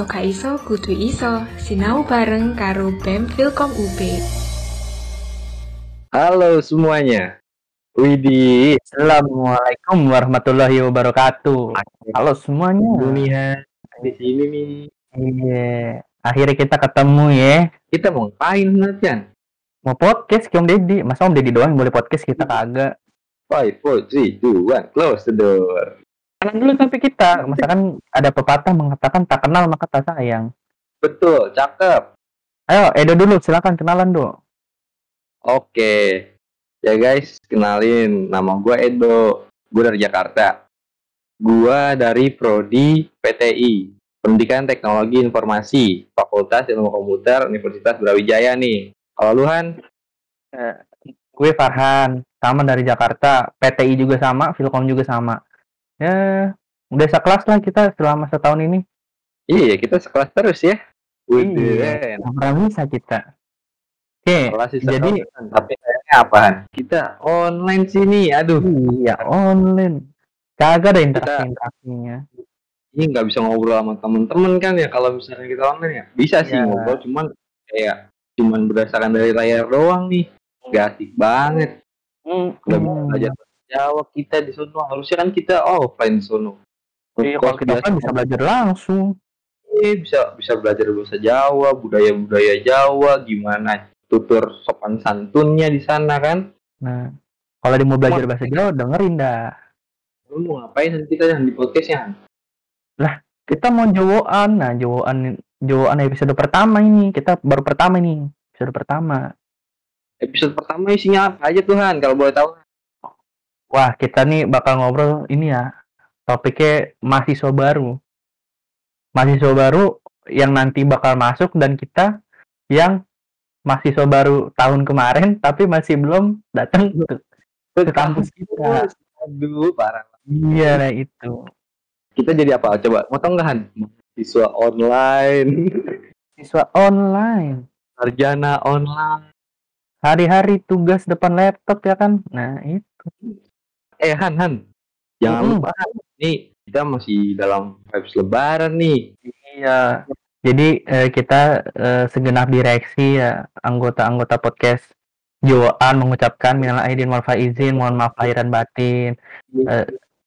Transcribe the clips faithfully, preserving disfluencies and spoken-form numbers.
gak iso kudu iso, sinau bareng karo B E M Filkom U B. Halo semuanya. Widih, Assalamualaikum warahmatullahi wabarakatuh. Halo semuanya. dunia di sini nih. Iya, akhirnya kita ketemu ya. Kita mau ngapain Nathan? Mau podcast ke Om Deddy. Masa Om Deddy doang boleh podcast, kita kagak. Five, four, three, two, one, close the door. Kenalan dulu tapi kita, misalkan ada pepatah mengatakan tak kenal maka tak sayang. Betul, cakep. Ayo, Edo dulu, silakan kenalan dulu. Oke. Ya guys, kenalin, nama gue Edo. Gue dari Jakarta. Gue dari Prodi P T I, Pendidikan Teknologi Informasi, Fakultas Ilmu Komputer, Universitas Brawijaya nih. Kalau lu Han? Eh, gue Farhan, sama dari Jakarta. P T I juga sama, Filkom juga sama. Ya, udah sekelas lah kita selama setahun ini. Iya, kita sekelas terus ya. Iya, nggak pernah bisa kita. Oke, jadi tapi sayangnya apaan? Kita online sini, aduh. iya online. Kagak ada interaksi-interaksinya. Ini nggak bisa ngobrol sama temen-temen kan ya kalau misalnya kita online ya. Bisa sih Ya. ngobrol, cuman kayak cuman berdasarkan dari layar doang nih. Gak asik banget. Hmm, Nggak bisa belajar bahasa Jawa kita di sono. Harusnya kan kita offline di sono. Iya, kalau kita kan bisa belajar langsung. Iya, bisa bisa belajar bahasa Jawa, budaya-budaya Jawa, gimana tutur sopan santunnya di sana kan. Nah, kalau dia mau belajar bahasa Jawa, dengerin dah. Lu mau ngapain nanti kita yang di podcastnya? Lah, kita mau Jawaan. Nah, Jawaan Jawaan episode pertama ini. Kita baru pertama ini. Episode pertama. Episode pertama isinya apa aja Tuhan kalau boleh tahu? Wah, kita nih bakal ngobrol ini ya. Topiknya mahasiswa baru. Mahasiswa baru yang nanti bakal masuk dan kita yang mahasiswa baru tahun kemarin tapi masih belum datang ke, ke kampus kita. Aduh, parah. Iya, nah itu. Kita jadi apa? Coba motong nggak Han? Mahasiswa online, Siswa online. sarjana online. Hari-hari tugas depan laptop ya kan. Nah, itu. Eh Han Han, jangan Mm-mm. lupa Han. Nih kita masih dalam vibes Lebaran nih. Iya. Jadi eh, kita eh, segenap direksi ya, anggota-anggota podcast Joan mengucapkan minal aidin wal faizin, mohon maaf lahir dan batin. Eh,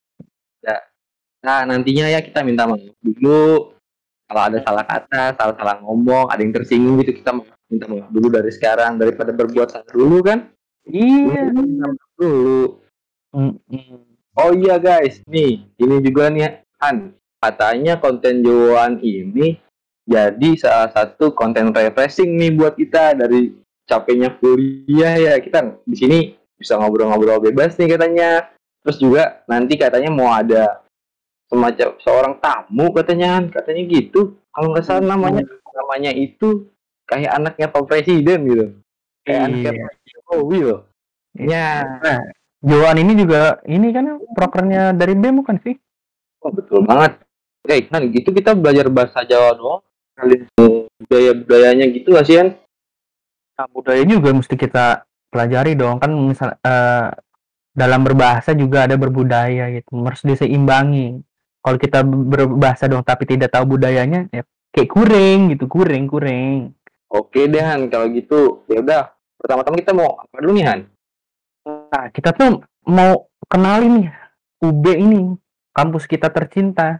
Nah nantinya ya kita minta maaf dulu kalau ada salah kata, salah-salah ngomong, ada yang tersinggung gitu kita minta maaf dulu dari sekarang daripada berbuat salah dulu kan. iya. Minta maaf dulu. Mm-mm. Oh iya guys, nih ini juga nih Han, katanya konten Joan ini jadi salah satu konten refreshing nih buat kita dari capeknya kuliah ya. Kita di sini bisa ngobrol-ngobrol bebas nih katanya. Terus juga nanti katanya mau ada semacam seorang tamu katanya Han, katanya gitu. Kalau nggak salah namanya namanya itu kayak anaknya Pak Presiden gitu. Kayak Iya. anaknya Pak Jokowi loh. Ya. Nah, Joan ini juga ini kan prokernya dari B E M bukan sih? Oh, betul banget. Oke, kan gitu kita belajar bahasa Jawa doang. Kalian budaya-budayanya gitu gak sih, Han? Nah, budaya juga mesti kita pelajari dong kan, misal eh, dalam berbahasa juga ada berbudaya gitu, harus diseimbangi. Kalau kita berbahasa dong tapi tidak tahu budayanya ya kayak kurang gitu, kurang kurang. Oke deh, Han. Kalau gitu, ya udah. Pertama-tama kita mau apa dulu nih, Han? Nah, kita tuh mau kenalin nih U B ini, kampus kita tercinta.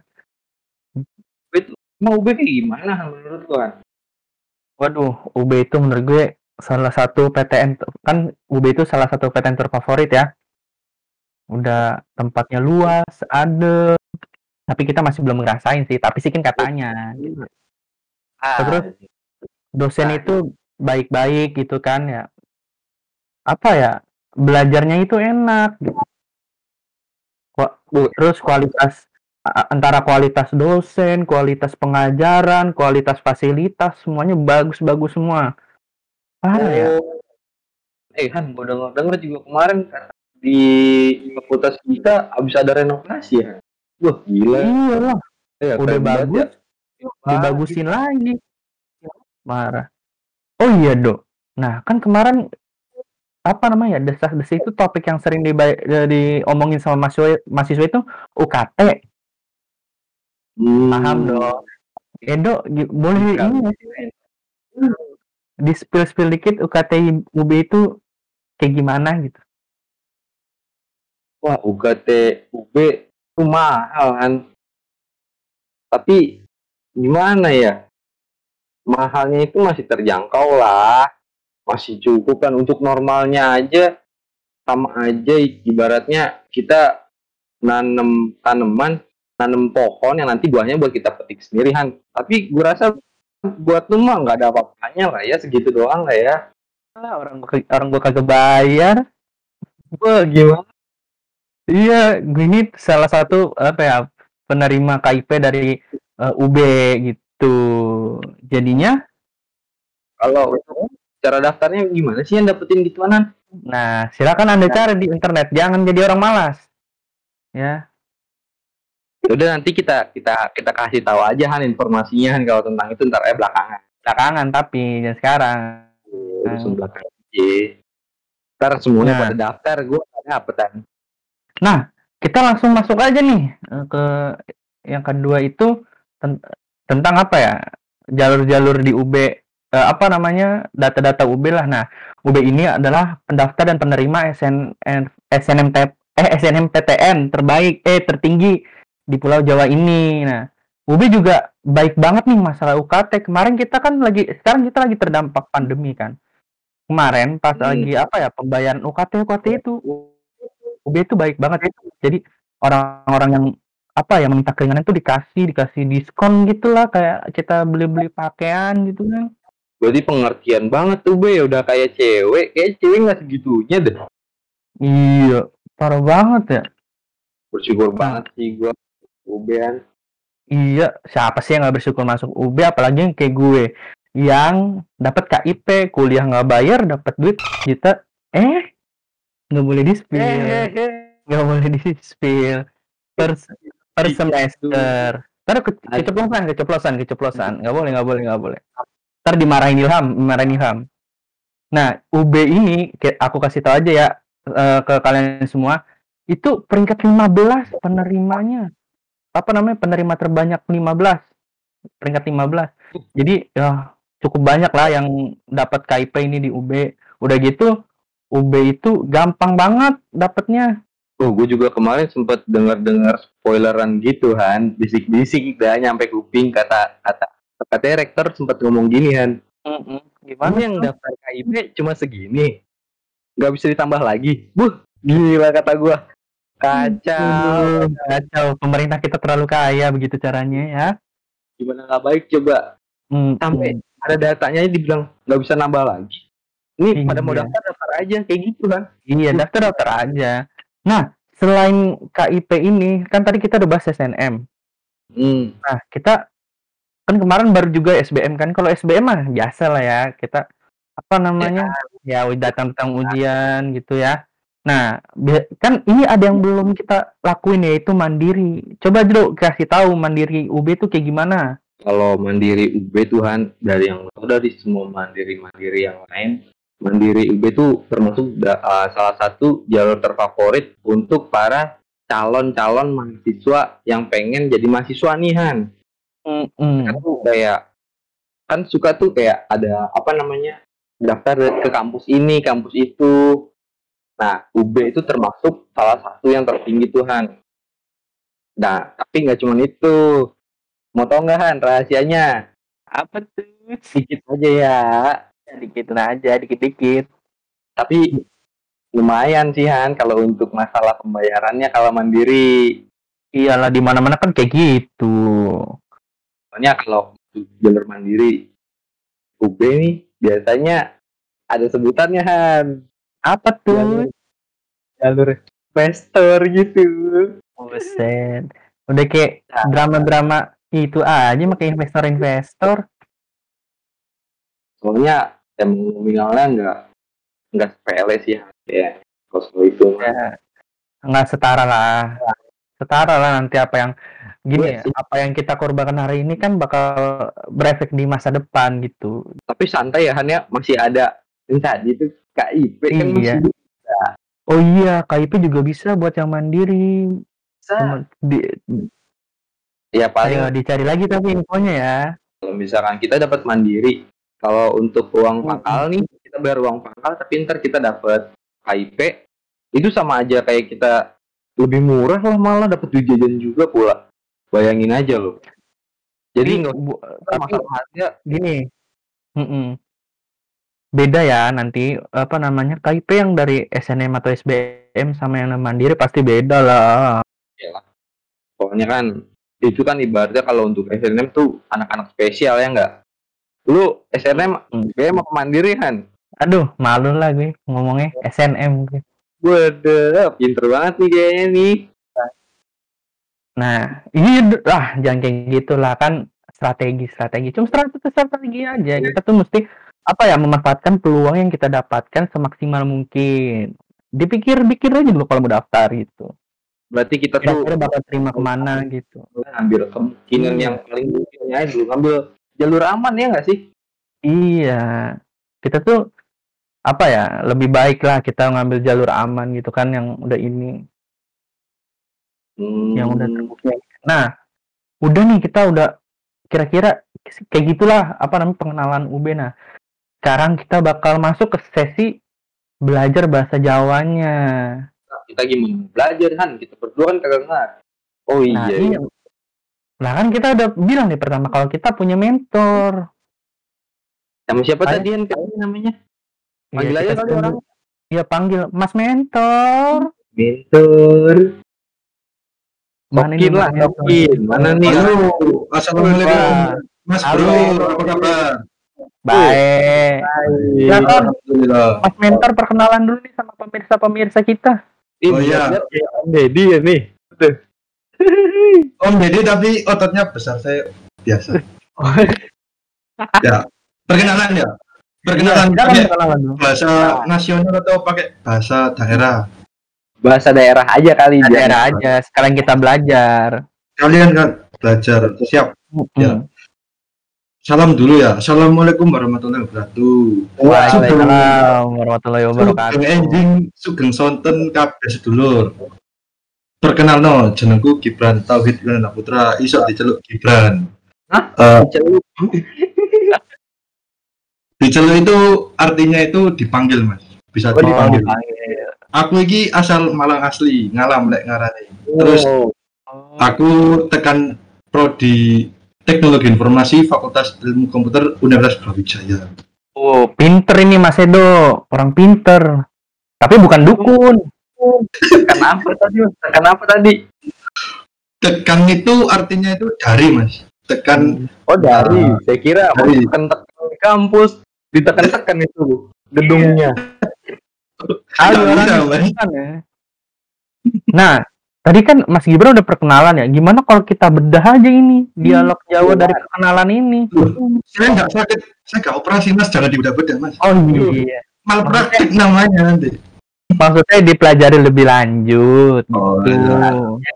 Mau U B kayak gimana, Han, menurut lu, Han? Waduh, U B itu menurut gue salah satu P T N, kan U B itu salah satu P T N terfavorit ya. Udah tempatnya luas, adem. Tapi kita masih belum ngerasain sih, tapi sih kan katanya. Gitu. Ah, Terus dosen Nah. itu baik-baik gitu kan ya. Apa ya? Belajarnya itu enak gitu. Kok Bu. terus kualitas a- antara kualitas dosen, kualitas pengajaran, kualitas fasilitas semuanya bagus-bagus semua. Parah ya. Oh. Eh, Han, gue denger-denger juga kemarin kata di fakultas kita habis ada renovasi ya. Wah, gila. Iya lah, Ya, udah keren banget bagus, ya. dibagusin lagi. Marah. Oh iya, Dok. Nah, kan kemarin apa namanya? Desas-desis itu topik yang sering diba- diomongin sama mahasiswa mahasiswa itu U K T. Hmm. Paham dong. Edo gi- boleh Enggak. ini nggak sih? Di spill spill dikit U K T U B itu kayak gimana gitu. Wah, U K T U B itu mahal kan. Tapi gimana ya? Mahalnya itu masih terjangkau lah. Masih cukup kan untuk normalnya aja. Sama aja ibaratnya kita nanam tanaman, nanam pohon yang nanti buahnya buat kita petik sendiri Han. Tapi gue rasa buat lu mah nggak ada apa-apanya lah ya, segitu doang lah ya. Lah orang gua, orang gua kagak bayar. Wah, gimana? Iya, ini salah satu apa ya penerima K I P dari eh, U B gitu. Jadinya, Kalau cara daftarnya gimana sih yang dapetin gituan Han? nah silakan Anda cari di internet. Jangan jadi orang malas. Ya, Udah nanti kita kita kita kasih tahu aja Han informasinya Han kalau tentang itu ntar eh belakangan. belakangan tapi jangan sekarang. Urusan belakangan aja. Ntar semuanya Nah, pada daftar, gue nggak dapet Han. nah kita langsung masuk aja nih eh, ke yang kedua itu ten- tentang apa ya jalur-jalur di U B eh, apa namanya data-data U B lah. Nah, U B ini adalah pendaftar dan penerima S N N S N M T eh S N M P T N terbaik eh tertinggi di Pulau Jawa ini. Nah, U B juga baik banget nih masalah U K T. Kemarin kita kan lagi sekarang kita lagi terdampak pandemi kan. Kemarin pas Hmm. lagi apa ya pembayaran U K T U K T itu U B itu baik banget. Jadi orang-orang yang apa yang minta keringanan tuh dikasih dikasih diskon gitulah kayak kita beli-beli pakaian gitu kan. Berarti pengertian banget tuh be, udah kayak cewek, kayak cewek nggak segitunya deh. Iya, parah banget ya. Bersyukur Nah, banget sih gue ubean. iya, siapa sih yang nggak bersyukur masuk U B apalagi yang kayak gue yang dapat K I P, kuliah nggak bayar, dapat duit kita eh nggak boleh di spill, nggak boleh di spill per per semester. Ntar ke, keceplosan, keceplosan, keceplosan. Nggak boleh, nggak boleh, nggak boleh. Ntar dimarahin Ilham, dimarahin Ilham. Nah, U B ini kayak aku kasih tahu aja ya eh, ke kalian semua, itu peringkat lima belas penerimanya. Apa namanya? Penerima terbanyak lima belas. Peringkat lima belas. Jadi ya cukup banyak lah yang dapat K I P ini di U B. Udah gitu U B itu gampang banget dapatnya. Oh, gue juga kemarin sempat dengar-dengar spoileran gitu Han, bisik-bisik dah nyampe kuping kata kata katanya rektor sempat ngomong gini Han. Mm-mm. Ini Gimana yang tuh? daftar K I P cuma segini, nggak bisa ditambah lagi. Buh, gila kata gue. Kacau. Aduh, kacau. Pemerintah kita terlalu kaya begitu caranya ya. Gimana nggak baik coba. Mm-mm. Sampai ada datanya dibilang nggak bisa nambah lagi. Ini pada mau Iya. daftar daftar aja kayak gitu kan. Iya, daftar-daftar aja. Nah, selain K I P ini, kan tadi kita udah bahas S N M. Hmm. Nah, kita kan kemarin baru juga S B M kan. Kalau S B M mah biasa lah ya. Kita apa namanya? Ya, datang-datang ujian gitu ya. Nah, bi- kan ini ada yang belum kita lakuin yaitu mandiri. Coba dulu kasih tahu mandiri U B itu kayak gimana? Kalau mandiri U B Tuhan dari yang dari semua mandiri-mandiri yang lain, mandiri U B itu termasuk da, uh, salah satu jalur terfavorit untuk para calon-calon mahasiswa yang pengen jadi mahasiswa nih Han. Mm-mm. Kan tuh kayak kan suka tuh kayak ada apa namanya daftar ke kampus ini, kampus itu. Nah, U B itu termasuk salah satu yang tertinggi Tuhan. Nah, tapi nggak cuma itu. Mau tau nggak Han rahasianya? Apa tuh? Sedikit aja ya. Dikit aja, dikit-dikit. Tapi lumayan sih Han kalau untuk masalah pembayarannya kalau mandiri. Iyalah di mana-mana kan kayak gitu. Soalnya kalau jalur mandiri U B nih biasanya ada sebutannya Han. Apa tuh? Jalur, jalur investor gitu. Buset. Udah kayak drama-drama itu aja pakai investor-investor. Soalnya emang nominalnya nggak nggak sepele sih Han. Ya, kalau itu mah. Ya, nggak setara lah. Setara lah nanti apa yang gini Iya ya, sih. apa yang kita korbankan hari ini kan bakal berefek di masa depan gitu. Tapi santai ya Han ya, masih ada yang tadi itu K I P kan Iya. masih Oh iya, K I P juga bisa buat yang mandiri. bisa. Cuma di Ya paling Ayo dicari lagi tapi infonya ya. kalau misalkan kita dapat mandiri, kalau untuk uang pangkal nih kita bayar uang pangkal tapi ntar kita dapat K I P, itu sama aja kayak kita lebih murah lah, malah dapat duit jajan juga pula. Bayangin aja loh. Jadi nggak Bu- usah tapi masalah harga. gini, mm-mm. Beda ya nanti apa namanya K I P yang dari S N M atau S B M sama yang mandiri pasti beda lah. Ya, pokoknya kan itu kan ibaratnya kalau untuk S N M tuh anak-anak spesial ya nggak? Lu S N M, Hmm. S B M apa mandiri kan? Aduh, malu lah gue ngomongnya S N M. gue. Waduh, pinter banget nih kayaknya nih. Nah, ini lah jangan kayak gitulah kan strategi strategi. Cuma strategi strategi aja. Kita tuh mesti apa ya memanfaatkan peluang yang kita dapatkan semaksimal mungkin. Dipikir-pikir aja dulu kalau mau daftar gitu. Berarti kita tuh Kira-kira bakal terima kemana gitu. ngambil kemungkinan yang paling mungkinnya aja dulu, ngambil jalur aman ya nggak sih? Iya, kita tuh apa ya lebih baik lah kita ngambil jalur aman gitu kan yang udah ini, Hmm. yang udah terbukti. Nah, udah nih kita udah kira-kira kayak gitulah apa namanya pengenalan U B. Nah, sekarang kita bakal masuk ke sesi belajar bahasa Jawanya. Kita gimana belajar kan? Kita berdua kan kagak ngerti. Oh Nah, iya. iya. Lah kan kita udah bilang nih pertama kalau kita punya mentor. Sama siapa Ayo. tadi yang katanya namanya? Iya, Panggil aja kita kali sebut- orang. Iya, panggil Mas Mentor. Mentor. Mana Sokin nih, lah, Mas Mentor? Sokin. Mana nih? Halo, assalamualaikum, Wah, Mas halo. Bro, apa kabar? baik. Ya, Ton. Alhamdulillah. Mas Mentor perkenalan dulu nih sama pemirsa-pemirsa kita. Oh, iya. Ya, Om Deddy ya nih. Om Deddy tapi ototnya besar, saya biasa. Ya, perkenalan ya. Perkenalan Silakan pakai perkenalan dulu. bahasa nasional atau pakai bahasa daerah? Bahasa daerah aja kali Nah, Jan. daerah aja. Sekarang kita belajar. Kalian kan belajar, siap. Hmm. Salam dulu ya. Assalamualaikum warahmatullahi wabarakatuh. Waalaikumsalam warahmatullahi wabarakatuh. Sugeng enjing, sugeng sonten kabeh sedulur. Perkenalno, jenengku Gibran Tauhid Wirana Putra, iso diceluk Gibran. Hah? Eh, Diceluk. diceluk itu artinya itu dipanggil, Mas. Bisa Oh, dipanggil. dipanggil. Aku iki asal Malang asli, ngalam lek ngarani. Terus Oh. aku tekan prodi Teknologi Informasi Fakultas Ilmu Komputer Universitas Brawijaya. Oh, pinter ini Mas Edo. Orang pinter. Tapi bukan dukun. Kenapa tadi? Kenapa tadi? Tekan itu artinya itu dari, Mas. Tekan Oh dari. Saya kira mau Dari. tekan-tekan di kampus, ditekan-tekan itu gedungnya. Ayo, Nggak orang bisa, Mas. bukan ya. Nah, tadi kan Mas Gibran udah perkenalan ya. Gimana kalau kita bedah aja ini dialog Jawa dari perkenalan ini? Saya nggak sakit, saya nggak operasi, Mas. Jangan dibedah-bedah, Mas. Oh iya. Malpraktik namanya nanti. Maksudnya dipelajari lebih lanjut. Oh, Gitu. iya.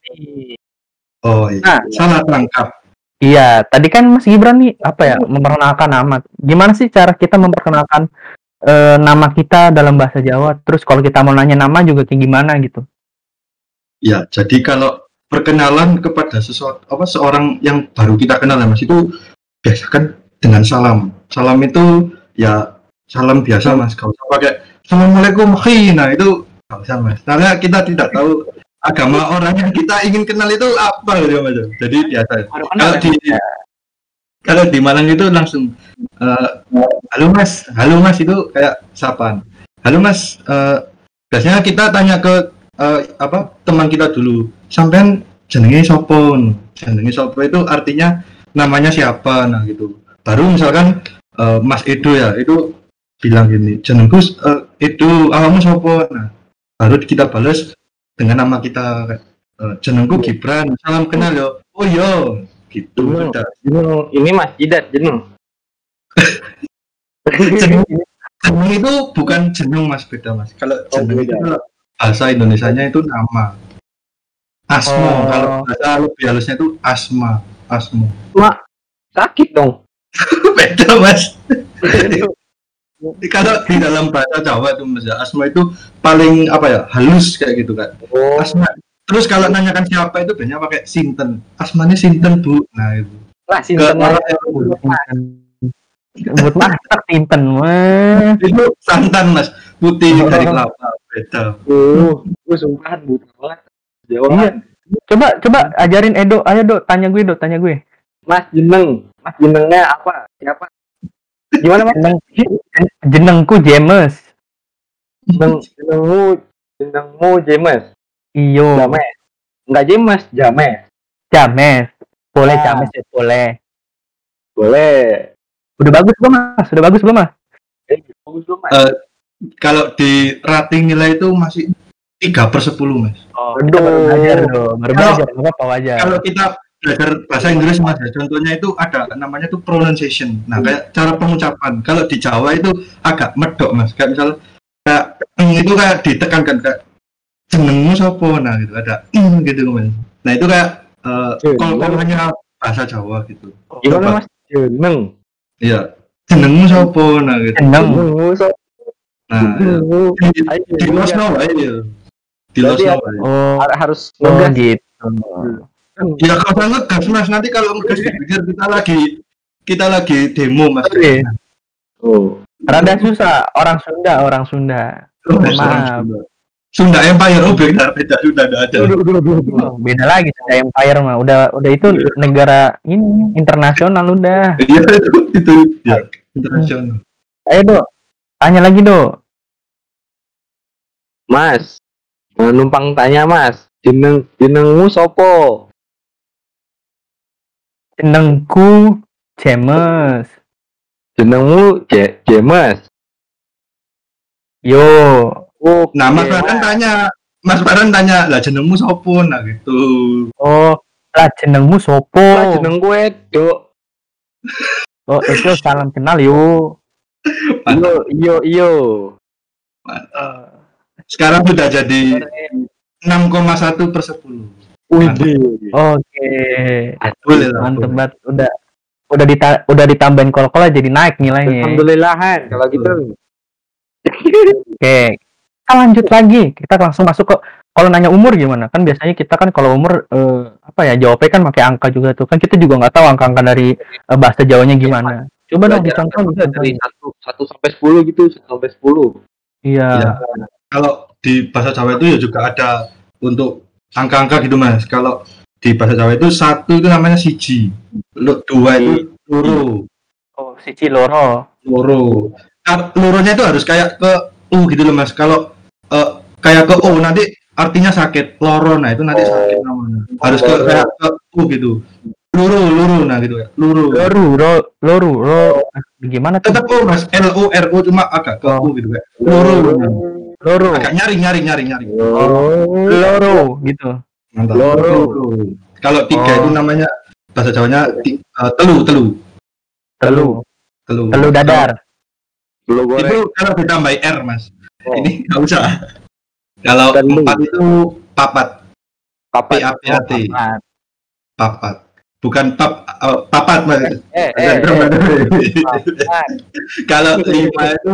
Oh iya. Nah. Salah tangkap. Iya, tadi kan Mas Gibran nih apa ya memperkenalkan nama. Gimana sih cara kita memperkenalkan eh, nama kita dalam bahasa Jawa? Terus kalau kita mau nanya nama juga kayak gimana gitu? Ya, jadi kalau perkenalan kepada sesuatu apa seorang yang baru kita kenal ya, Mas, itu biasakan dengan salam. Salam itu ya salam biasa, Mas. Kalau usah pakai Assalamualaikum, hi. Nah, itu nggak usah, Mas. Karena kita tidak tahu agama orang yang kita ingin kenal itu apa gitu, Mas. Jadi biasa. Kalau di kalau di Malang itu langsung eh, halo Mas, halo Mas itu kayak sapaan. Halo Mas, eh, biasanya kita tanya ke eh, apa teman kita dulu. Sampean jenenge sopo? Jenenge sopo itu artinya namanya siapa? Nah gitu. Baru misalkan eh, Mas Edo ya, itu bilang gini, jenengku eh, Edo, awakmu sopo? Nah, baru kita balas dengan nama kita. Eh, jenengku Gibran, salam kenal yo. Oh yo, gitu. Jeneng. Udah. Jeneng. Ini Mas Jidat jeneng. jeneng, jeneng itu bukan jeneng, Mas, beda, Mas. Kalau Oh, jeneng beda. itu bahasa Indonesianya itu nama. Asmo, Oh. kalau bahasa lebih halusnya itu asma, asmo. Sakit dong. Beda, Mas. Kalau di dalam bahasa Jawa itu, Mas, ya, asma itu paling apa ya, halus kayak gitu kan. Oh. Asma, Terus kalau nanyakan siapa itu biasanya pakai Sinten. Asmanya Sinten, Bu. Nah, itu. Lah Ke Sinten orang orang Buat masak Tinten mah. itu santan, Mas. Putih dari kelapa. Beda. Oh, gue sumpah buta banget. Iya. Jawaban. Coba coba ajarin Edo, ayo Dok, tanya gue, Dok, tanya gue. Mas jeneng, Mas jenengnya apa? Siapa? Gimana Mas? Jeneng, jenengku James. Jeneng, jenengmu, jenengmu James. Iyo. James. Enggak James, James. James. Boleh Ah. James ya, boleh. Boleh. Udah bagus belum, Mas? Udah bagus belum, Mas? Eh, bagus dong Mas. Eh, kalau di rating nilai itu masih tiga per sepuluh, Mas. Oh, kita baru belajar dong. Baru Kalau- belajar, enggak apa wajar. Kalau kita belajar bahasa Inggris, Mas, ya, contohnya itu ada namanya tuh pronunciation. Nah, kayak cara pengucapan. Kalau di Jawa itu agak medok, Mas. Kayak misalnya kayak "eng" itu kayak ditekankan kayak jenengmu sopo, nah gitu ada "eng" gitu, Mas. Nah, itu kayak eh Jeneng. kalau hanya bahasa Jawa gitu. Gimana Mas? Jeneng. Iya. Jenengmu sopo, nah gitu. Jeneng. Jenengmu so. Nah, iya. Jenengmu. di, Ayo, di los iya. no, ayo. Di los Berarti no. ada- ayo. Oh, Har- Harus oh ngegas. gitu. Ya kalau saya ngegas, Mas, nanti kalau ngegas dipikir kita lagi kita lagi demo, Mas. Oke. Oh. Rada susah, orang Sunda, orang Sunda. Oh, Maaf. Sunda. Sunda Empire, oh beda, beda Sunda ada ada. Oh, beda lagi Sunda Empire mah. Udah udah itu negara ini internasional udah. Iya itu itu ya internasional. Ayo, Dok. Tanya lagi, Dok. Mas, eh, numpang tanya Mas, jeneng jenengmu sopo? Jenengku James. Jenengmu J- James. Yo. Oh, Nah, Mas Baran tanya, Mas Baran tanya, lah jenengmu sopo, nah gitu. Oh, lah jenengmu sopo? Lah jeneng gue, Dok. Oh, itu salam kenal yo. Iyo, iyo, iyo. Sekarang sudah jadi enam koma satu per sepuluh. Widih. Oke. Boleh lah. Mantep boleh. banget. Udah udah dita udah ditambahin kol-kol jadi naik nilainya. Alhamdulillahan kalau gitu. Oke. Kita lanjut lagi. Kita langsung masuk ke kalau nanya umur gimana? Kan biasanya kita kan kalau umur eh, apa ya jawabnya kan pakai angka juga tuh. Kan kita juga nggak tahu angka-angka dari eh, bahasa Jawanya gimana. Coba dong Belajar dicontoh angka dari dicontohin. satu satu sampai sepuluh gitu, satu sampai sepuluh. Iya. Ya. Kalau di bahasa Jawa itu ya juga ada untuk angka-angka gitu, Mas. Kalau di bahasa Jawa itu satu itu namanya siji, Lu- dua itu loro, Oh, siji loro. loro. Ka- Loronya itu harus kayak ke u gitu loh, Mas. Kalau eh, kayak ke u nanti artinya sakit, loro, nah itu nanti sakit namanya. Harus ke kayak ke u gitu. Loro, loro, nah gitu ya. Loro. Loru, ro, loru, ro. Gimana tuh? Tetap u, Mas. L O R O cuma agak ke u gitu kayak. Loro. nah. Loru. Agak nyaring, nyaring, nyaring, nyaring. Oh, loro gitu. Mantap. Loro. Kalau tiga Oh. itu namanya bahasa Jawanya ti- eh, telu, telu, Telu. telu. Telu dadar. Belum Kalau- Itu goreng. kalau ditambah R, Mas. Oh. Ini nggak usah. Kalau Telu. empat itu papat, P Papat. A P A T, Papat. papat. Bukan pap, eh, papat, Mas. Eh, eh, eh. Papat. Kalau lima itu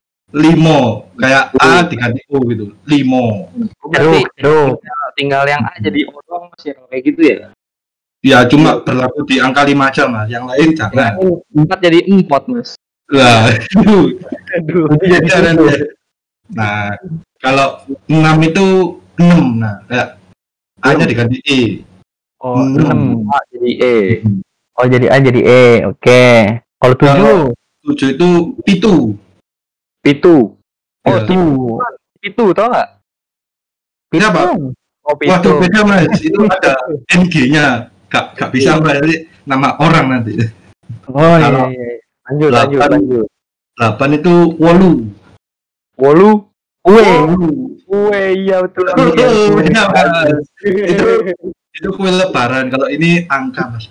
limo, kayak A diganti O gitu. Limo. Berarti Truk, truk. tinggal, tinggal yang A jadi O doang Mas ya, kayak gitu ya. Ya cuma berlaku di angka lima aja, Mas. Yang lain jangan. Empat jadi empat Mas. Lah, itu Aduh. jadi ada ya. Nah, kalau enam itu enam. Nah, kayak A-nya diganti E. Oh, Enam. enam. A jadi E. Oh, jadi A jadi E. Oke. Kalau tujuh, Tujuh itu pitu. Pitu. Oh, Ya. tuh. Pitu tau nggak? Kenapa? Oh, pitu. Waduh, beda, Mas. Itu ada N G-nya. Gak, gak bisa berarti nama orang nanti. Oh iya, Kalau- iya. Lanjut, Delapan. lanjut, lanjut. Delapan itu wolu. Wolu. Kue. Kue, iya betul. Beda, Mas. Itu itu kue lebaran. Kalau ini angka, Mas.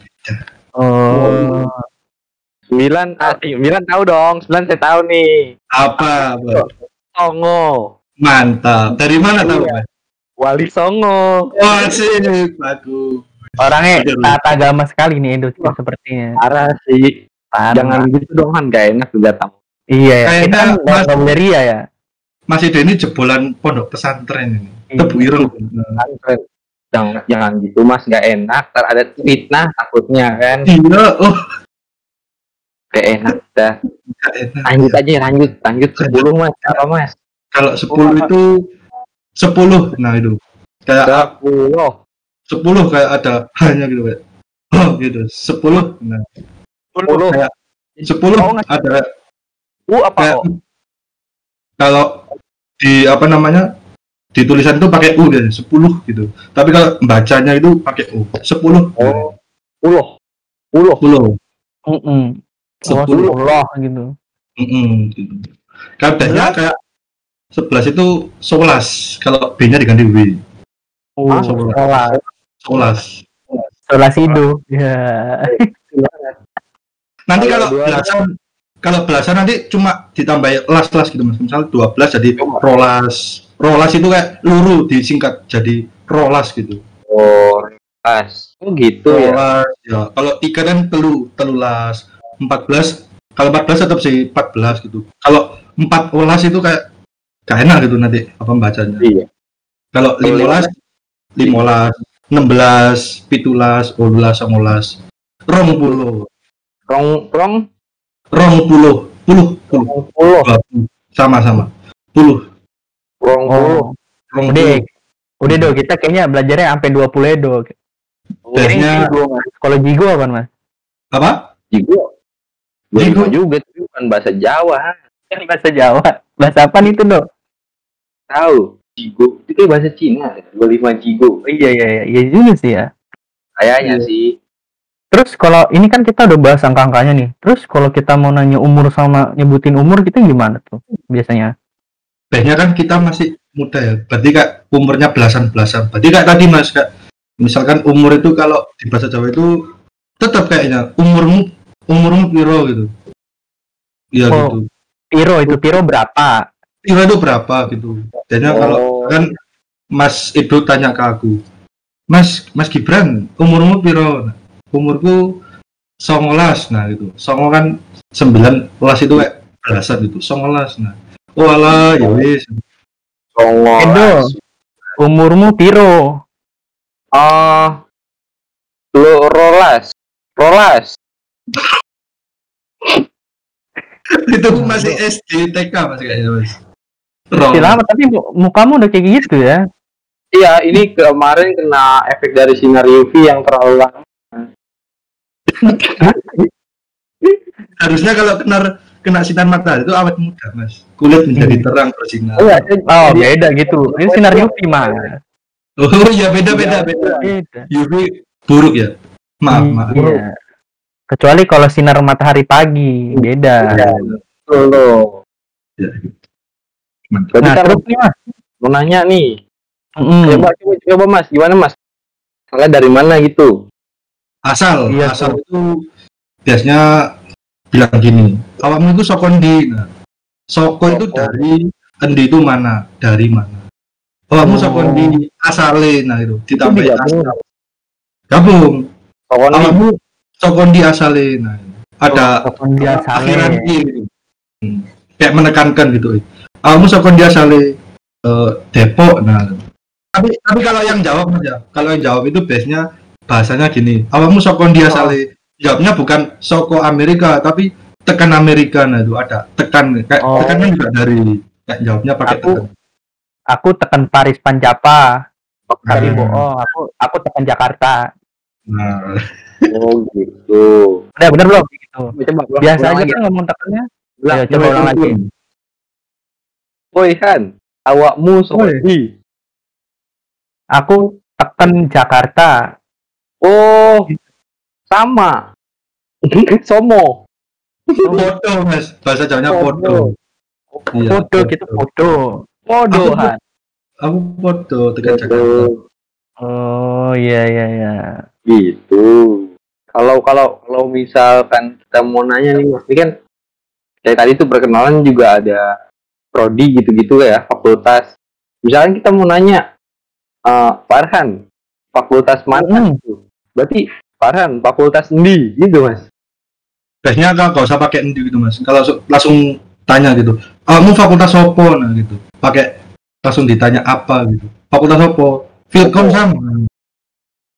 Oh. Sembilan, ah, sembilan tahu dong. Sembilan saya tahu nih. Apa, Bang? Songo. Mantap. Dari mana tahu, Mas? Wali Songo. Wah, sih, bagus. Orangnya tata agama sekali nih Edo sepertinya. Parah sih. Parah. Jangan gitu dong Han, gak enak juga tamu. Iya ya. Kita Kayaknya kan Mas- nggak boleh ria ya. Mas Edo ini jebolan pondok pesantren ini. Iya. Tebu ireng. Pesantren. Jangan, jangan gitu mas, nggak enak. Ntar ada fitnah takutnya kan. Iya, oh. Gak enak dah. Nggak enak. Lanjut aja, lanjut, lanjut sepuluh mas. Apa mas? Kalau sepuluh itu sepuluh, nah itu kayak Sepuluh. sepuluh kayak ada hanya gitu kayak oh gitu sepuluh, nah Sepuluh. kayak sepuluh Oh, nggak- ada Uh apa kayak kok? kalau di apa namanya di tulisan itu pakai u gitu sepuluh gitu, tapi kalau bacanya itu pakai u sepuluh. Oh. Puluh. Puluh. sepuluh. Mm-mm. Sepuluh. Sepuluh gitu. Mm-mm, gitu. Kadangnya kayak sebelas itu sebelas kalau B-nya diganti W. Uh, Ah, sekolah. sebelas. Sekolah sidu. Ya. Nanti Kalau kalau dua- belasan kalau belasan nanti cuma ditambah las-las gitu mas. Misal dua belas jadi rolas. Rolas itu kayak luru disingkat jadi rolas gitu. Oh, pas. Oh gitu ya. Rolas ya. Kalau tiga kan telu, telulas. empat belas kalau empat belas tetap sih empat belas gitu. Kalau empat belas itu kayak gak enak gitu nanti apa bacanya. Iya. Kalau lima belas, lima belas, enam belas, pitulas, olas, samolas, rong puluh, Rong, rong, rong puluh, puluh, puluh, rong puluh, sama-sama, puluh, rong puluh. Oh. rong Udah, puluh. udah do kita kayaknya belajarnya sampai dua puluh do. Biasanya Kalau jigo apa mas? apa? Jigo. Jigo. Jigo juga, tapi bukan bahasa Jawa. Kan bahasa Jawa. Bahasa apa itu do? Tahu? Jigo. Itu kayak bahasa Cina. dua puluh lima Jigo. Oh, iya iya iya iya juga sih ya. Kayaknya Iya. sih. Terus kalau ini kan kita udah bahas angka-angkanya nih. Terus kalau kita mau nanya umur sama nyebutin umur kita gimana tuh biasanya? Biasanya kan kita masih muda ya, berarti kak umurnya belasan-belasan. Berarti kak tadi mas kak, misalkan umur itu kalau di bahasa Jawa itu tetap kayaknya umurmu umurmu piro gitu. Iya Oh. gitu. Piro itu piro berapa? Piro itu berapa gitu. Jadinya kalau Oh. kan Mas Edo tanya ke aku, Mas Mas Gibran umurmu piro? Nah, umurku songolas, nah gitu. Songo kan sembilan belas itu kayak belasan gitu, songolas. Nah, oh alah ya wis. Songo. Edo, umurmu piro? Oh. Lo rolas. Rolas. Itu masih S D T K mas kayaknya mas. Roll. Masih lama tapi mu- mukamu udah kayak gitu ya. Iya, ini kemarin kena efek dari sinar U V yang terlalu lama. Harusnya kalau kena kena sinar matahari itu awet muda mas. Kulit menjadi terang bersinar. Iya, Oh beda gitu. Ini sinar U V mah. Oh iya beda beda beda. Beda. U V buruk ya. Maaf Hmm, maaf. iya. Kecuali kalau sinar matahari pagi beda. Iya, betul loh. Ya. Berarti Nah kan terus nih mas. mau nanya nih. Mm. Coba, coba, coba mas, gimana mas? Soalnya dari mana gitu? Asal Iya, asal itu biasanya bilang gini, awakmu itu soko ndi? Nah, soko itu Soko. dari endi itu mana? Dari mana? Awakmu Oh. soko ndi? Asale, nah itu ditambah digabung. asal. Gabung. Pokoknya Awakmu soko ndi asale? Nah, ada Telepon dia akhiran sale. i gitu. Hmm. Kayak menekankan gitu. Awakmu soko ndi asale? Eh, Depok. Nah, tapi tapi kalau yang jawab aja, kalau yang jawab itu biasanya bahasanya gini, awakmu soko ndi asale? Jawabnya bukan soko Amerika, tapi tekan Amerika. Nah itu ada tekan, kayak Oh. tekan kan juga dari kayak jawabnya pakai Aku tekan. aku tekan Paris Pancapa. Tapi Hmm. bohong, aku aku tekan Jakarta. Nah, oh gitu. Udah bener belum gitu. Coba, coba, Biasa ulang aja lagi. kan ngomong tekannya. Ulang, Ayo, coba coba ulang lagi. Woi Han, awakmu Woi. sorry. Aku tekan Jakarta. Oh, sama. Somo. foto mas, bahasa Jawanya foto. Iya, Foto gitu foto. Foto Aku- Han. Aku foto tekan Jakarta. Oh iya iya iya. Gitu. Kalau kalau kalau misalkan kita mau nanya nih, Mas, ini kan dari tadi tuh perkenalan juga ada prodi gitu-gitu ya, fakultas. Misalkan kita mau nanya, eh Farhan, fakultas mana? Hmm. Tuh? Berarti Farhan, fakultas endi gitu mas? Biasanya kalau nggak usah pakai endi gitu mas. Kalau su- langsung tanya gitu, kamu fakultas opo? Nah gitu, pakai langsung ditanya apa gitu. Fakultas opo? Filkom sama.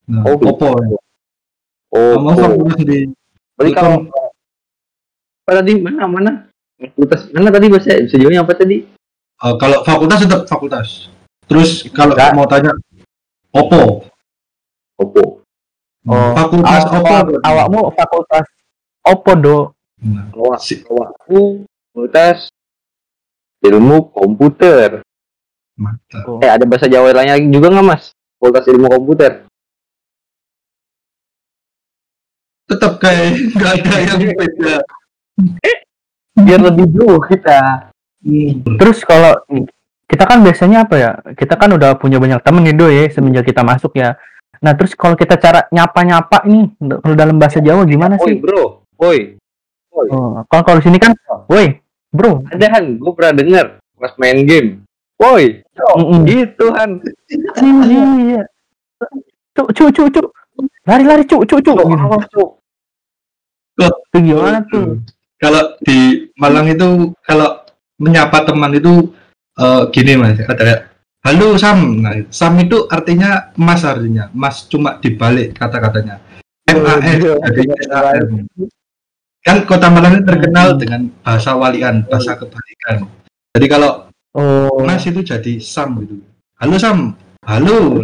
Nah, Oppo. Oppo. Oh, Kamu fakultas di berarti kalau apa tadi mana mana fakultas mana tadi bahasa bisa jawabnya apa tadi? uh, kalau fakultas tetap fakultas. Terus kalau Enggak. mau tanya Oppo. Oppo. Oh, Fakultas aw- Oppo. aw- awakmu fakultas Oppo do. Nah, Awak, si- awakku fakultas ilmu komputer. mantap. Oh. Eh ada bahasa Jawa lainnya juga nggak mas? Fakultas ilmu komputer. Tetap kayak nggak ada yang beda. Biar lebih jauh kita. Hmm. Terus kalau kita kan biasanya apa ya? Kita kan udah punya banyak temen nih do ya semenjak kita masuk ya. Nah terus kalau kita cara nyapa-nyapa nih kalau dalam bahasa Jawa gimana Woi sih? bro, woi. Woi. Oh, kalau kalau di sini kan, woi, bro. Ada Han, gue pernah denger pas main game. Woi, Mm-mm. gitu Han. Iya, iya. Cuk, cuk, cuk, cuk. Lari-lari, cuk, cuk, cuk. Cuk, Gitu. awas, Cuk. Itu gimana tuh? Kalau di Malang itu kalau menyapa teman itu eh, gini mas, ada kayak halo Sam. Nah, Sam itu artinya Mas artinya. Mas cuma dibalik kata-katanya. M A S jadi S A M. Kan Kota Malang ini terkenal dengan bahasa walian, bahasa kebalikan. Jadi kalau Oh, Mas itu jadi Sam gitu. Halo Sam. Halo.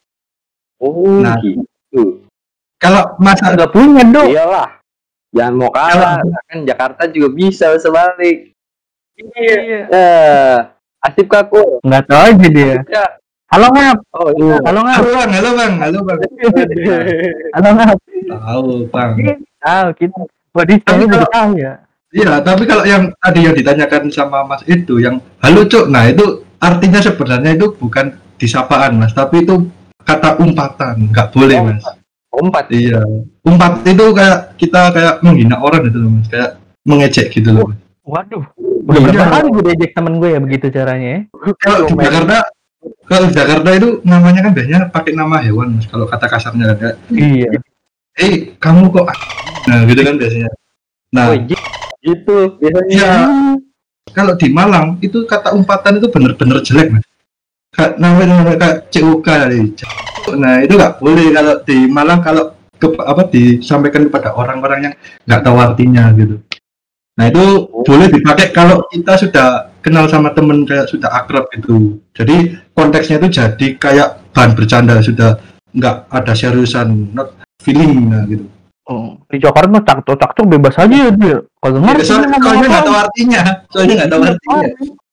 Oh, Nah. gitu. Kalau Mas nggak punya do. Iyalah. Jangan mau kalah. Kan Jakarta juga bisa sebalik. Iya. Eh, Asip kaku. Nggak tahu aja dia. Ya. Halo ngap, Oh iya. halo ngap, halo Bang, halo Bang, halo Bang. halo ngap. Tahu Bang. Tahu kita. Wah di sini Tapi udah kalau- tahu ya. Iya, tapi kalau yang tadi yang ditanyakan sama Mas itu yang halo Cuk, nah itu artinya sebenarnya itu bukan disapaan Mas, tapi itu kata umpatan, nggak boleh Mas. Empat. Iya, umpat itu kayak kita kayak menghina orang gitu loh Mas, kayak mengejek gitu loh. Mas. Waduh. Udah Iya. berapa kali gue diajak temen gue ya begitu caranya ya. Kalau di Jakarta, kalau di Jakarta itu namanya kan biasanya pakai nama hewan Mas, kalau kata kasarnya kan kayak, Iya. eh kamu kok, nah gitu kan biasanya. Nah, Oh, gitu. Gitu biasanya. iya. Kalau di Malang itu kata umpatan itu bener-bener jelek Mas. Kayak namanya kayak C U K tadi. Nah itu nggak boleh kalau di Malang, kalau ke, apa disampaikan kepada orang-orang yang nggak tahu artinya gitu. Nah itu boleh dipakai kalau kita sudah kenal sama temen kayak sudah akrab gitu. Jadi konteksnya itu jadi kayak bahan bercanda, sudah nggak ada seriusan, not feeling nah, gitu. Oh, di Jakarta mah cakto cakto bebas aja ya dia. Kalau Ya, ngerti soalnya ngomong soalnya nggak apa. tahu artinya, soalnya nggak tahu artinya.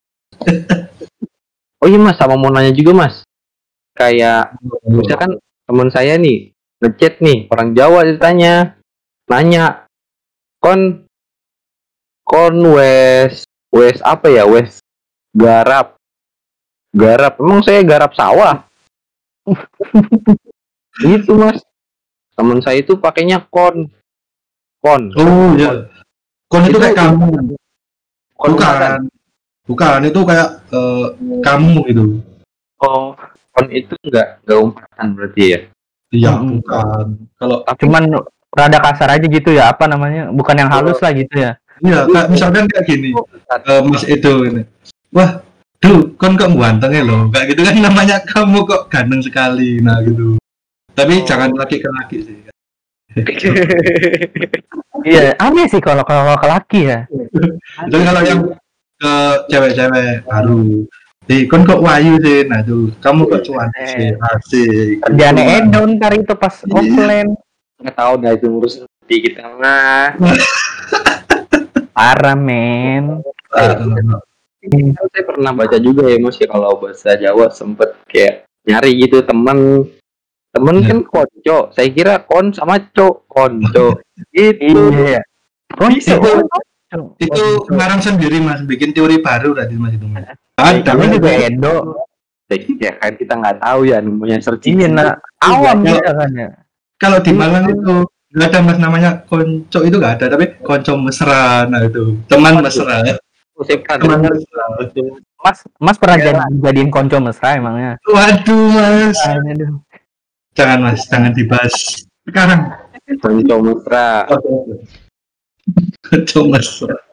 Oh iya mas, sama mau nanya juga mas. Kayak misalkan teman saya nih ngechat nih orang Jawa ditanya, nanya, kon kon wes wes apa ya wes garap garap emang saya garap sawah. Gitu mas. Teman saya itu pakainya kon kon. Oh iya. Kon itu Itu- kayak kamu. Kon Bukan. Bukan, itu kayak eh, kamu gitu. Oh, kon itu enggak enggak umpatan berarti ya. Iya, Hmm. bukan. Kalau Cuman rada kasar aja gitu ya, apa namanya? Bukan yang halus lah gitu ya. iya, kayak misalkan kayak gini, eh, Mas Edo ini. Wah, duh, kon kok ganteng ya loh. Kayak gitu kan namanya kamu kok ganteng sekali. Nah, gitu. Tapi Oh. jangan laki ke laki sih. Iya, aneh sih kalau kalau ke laki ya. Itu kalau yang ke cewek-cewek baru. Eh, kon kok wayu sih. Nah, tuh, kamu kok cuan sih. Asik. Kerjaannya Edo ntar itu pas offline. Nggak tahu dah itu ngurus di kita mah. Parah men. Ah, Saya pernah baca juga ya mas ya kalau bahasa Jawa sempet kayak nyari gitu temen temen Ya. kan konco. Saya kira kon sama cok konco. Gitu. Iya. Bisa, Konco. itu ngarang sendiri Mas, bikin teori baru tadi Mas itu Mas. Ada Namanya Mas. juga Edo. Ya kan kita nggak tahu ya namanya searching. Iya, nah awam Iya. kita kan ya. Kalau di Malang itu nggak ada Mas namanya konco, itu nggak ada, tapi konco mesra. Nah itu teman mesra. Oh, saya pernah Teman dengar. mesra. Mas, Mas pernah Ya. jadi jadiin konco mesra emangnya? Waduh Mas, Aduh. jangan Mas, jangan dibahas sekarang. Konco mesra. Konco mesra.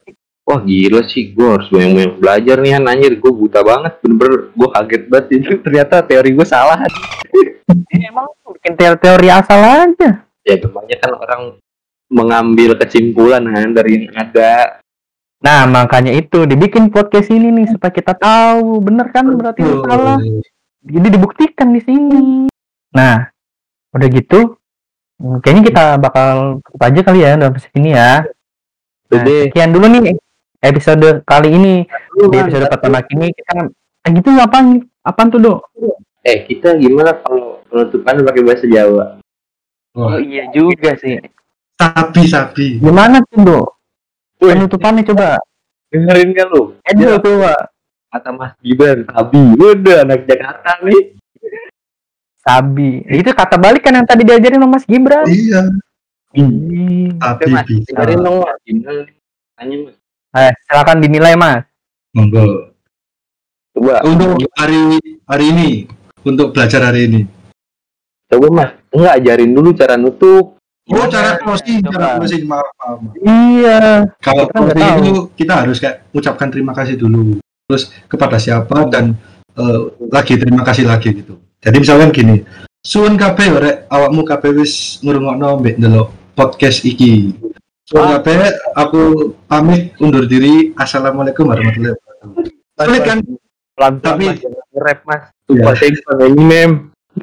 Wah gila sih, gue harus banyak-banyak belajar nih Han, anjir. Gue buta banget, bener-bener gue kaget banget itu. Ternyata teori gue salah. Emang bikin teori-teori asal aja. Ya kebanyakan orang mengambil kesimpulan Han dari yang ada. Nah makanya itu dibikin podcast ini nih supaya kita tahu bener kan berarti itu salah. Jadi dibuktikan di sini. Nah udah gitu, kayaknya kita bakal tutup aja kali ya dalam sini ya. Nah, sekian dulu nih episode kali ini. Di episode pertama ini kita eh gitu apaan apaan tuh Dok? Eh kita gimana kalau penutupan pakai bahasa Jawa? Oh iya juga sih. Sapi sapi. Gimana tuh Dok? Penutupannya coba. Dengerin kan lu? Aduh coba. Kata Mas Gibran, Sabi. Udah anak Jakarta nih. Sabi. Itu kata balik kan yang tadi diajarin sama Mas Gibran. Iya. Hmm. Sapi Mas, bisa. dengerin dong Mas. Gimana? Tanya Mas. Eh, silakan dinilai Mas. Monggo. Coba. Untuk hari hari ini, untuk belajar hari ini. Coba Mas. Enggak, ajarin dulu cara nutup. Oh, cara closing, Coba. cara closing maaf, maaf. Iya. Kalau Kita nggak closing tahu. itu kita harus kayak ucapkan terima kasih dulu. Terus kepada siapa dan eh, lagi terima kasih lagi gitu. Jadi misalkan gini, suwun kabeh rek awakmu kabeh wis ngrungokno mbek ndelok podcast iki. Suwun kabeh aku pamit undur diri. Assalamualaikum warahmatullahi wabarakatuh. Sulit kan? Pelan Tapi- Mas, jangan rap Mas. Iya. Tuh saya pengen meme.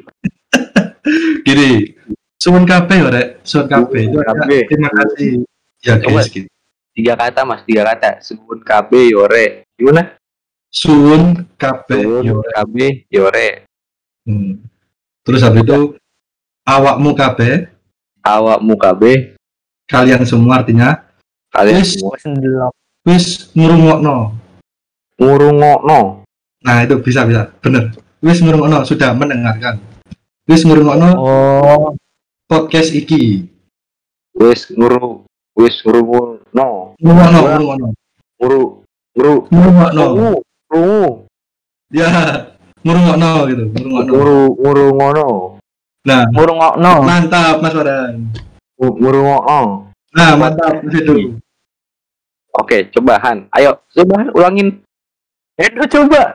Gini, suwun kabeh rek, suwun kabeh. Itu Suwun ada kabeh. terima kasih. Ya Coba. guys, gitu. Tiga kata Mas, tiga kata. Suwun K B Yore. Gimana? Suwun kabeh Suwun yo. K B Yore. Hmm. Terus habis itu awakmu kabeh, Awakmu K B. kalian semua artinya Kalian Wis. semua Sendelok. wis ngrungokno. ngurungokno. Nah, itu bisa bisa. Bener. Wis ngrungokno, sudah mendengarkan. Wis ngrungokno Oh, podcast iki. Wis nguru. Wis ngurungokno. Ngrungokno, Wah. ngrungokno. Nguru. Nguru. Ngrungokno. Nguru. Nguru. Ya, ngrungokno gitu, ngrungokno. Nguru. Ngurungono. Nah, ngurungokno. mantap Mas Wadan. Ngurungokno. Nah, mantap itu. Oke, coba Han. Ayo, coba Han ulangin. Edo coba.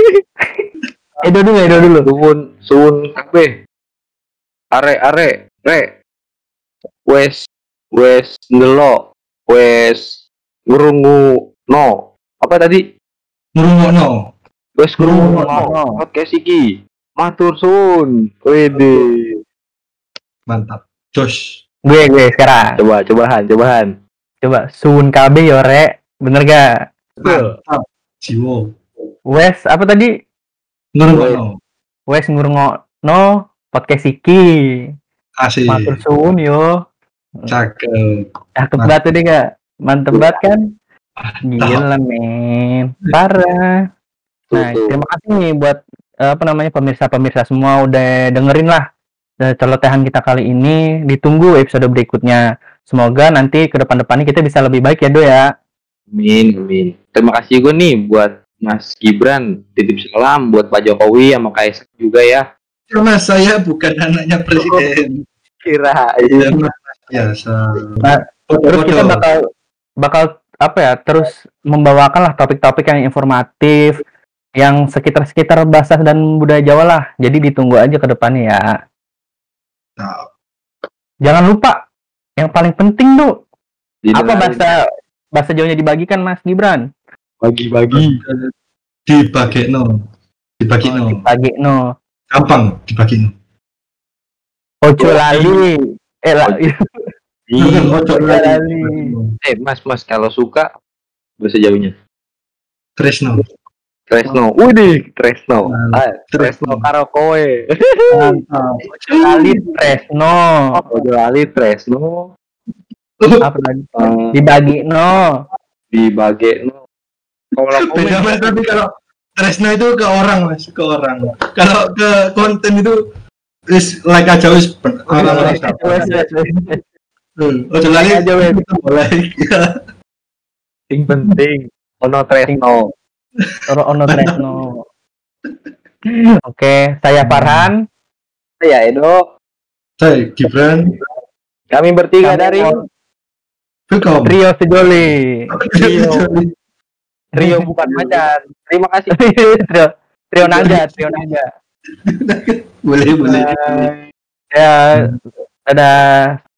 Edo dulu, Edo dulu. Suwun, suwun K B. Are, are, re. Wes, wes ndelok. Wes ngurungu no. Apa tadi? Ngrungokno. Wes ngurungu Ngurungokno. no. Podcast iki. Matur suwun. Wede. Mantap. Jos. Gue, gue sekarang. Coba, coba Han, coba Han. Coba suwun K B Yore. Bener gak? Mantap. Jiwo. Wes apa tadi? Ngrungokno. Wes ngurungokno podcast iki. Asik. Matur suwun yo. Cakep. Cakep Mantap. banget tuh deh gak? Mantep banget kan? Gila men. Parah. Nah, Tuh, tuh. terima kasih nih buat eh, apa namanya pemirsa-pemirsa semua udah dengerin lah eh, celotehan kita kali ini. Ditunggu episode berikutnya. Semoga nanti ke depan-depannya kita bisa lebih baik ya Do ya. Amin, amin. Terima kasih gue nih buat Mas Gibran. Titip salam buat Pak Jokowi sama Kaisang juga ya. Karena saya bukan anaknya presiden. Kirain. Biasa. Nah, terus kita bakal bakal apa ya terus membawakan lah topik-topik yang informatif yang sekitar-sekitar bahasa dan budaya Jawa lah. Jadi ditunggu aja ke depannya ya. Nah, Jangan lupa yang paling penting tuh apa Didengarin. bahasa bahasa Jawanya dibagikan Mas Gibran? Bagi-bagi. dibagekno. Dibagekno. Bagi no. Gampang dibagekno. Ojo lali. Eh la- Ih, Ojo lali. Eh, Mas, Mas kalau suka bahasa Jawanya. Tresno. Tresno. Widih, Tresno. Nah, Ah, Tresno karo kowe. Mantap. Ojo lali Tresno. Ojo lali Tresno. Apa lagi? Eh, Dibagi no. dibagekno. Kalau Beda mas, tapi kalau Tresno itu ke orang mas, ke orang. Kalau ke konten itu wis like aja wis ben- orang-orang siapa. Hmm, Ojo lali Like aja, wes. boleh. penting penting. Ono Tresno. Ono ono Tresno. Oke, saya Farhan. Ya, Edo. Saya Gibran. Kami bertiga Kami dari mau- Welcome. Trio sejoli. Trio. Trio bukan macan. Terima kasih. trio, trio naga, trio naga. boleh, boleh. Ya, dadah.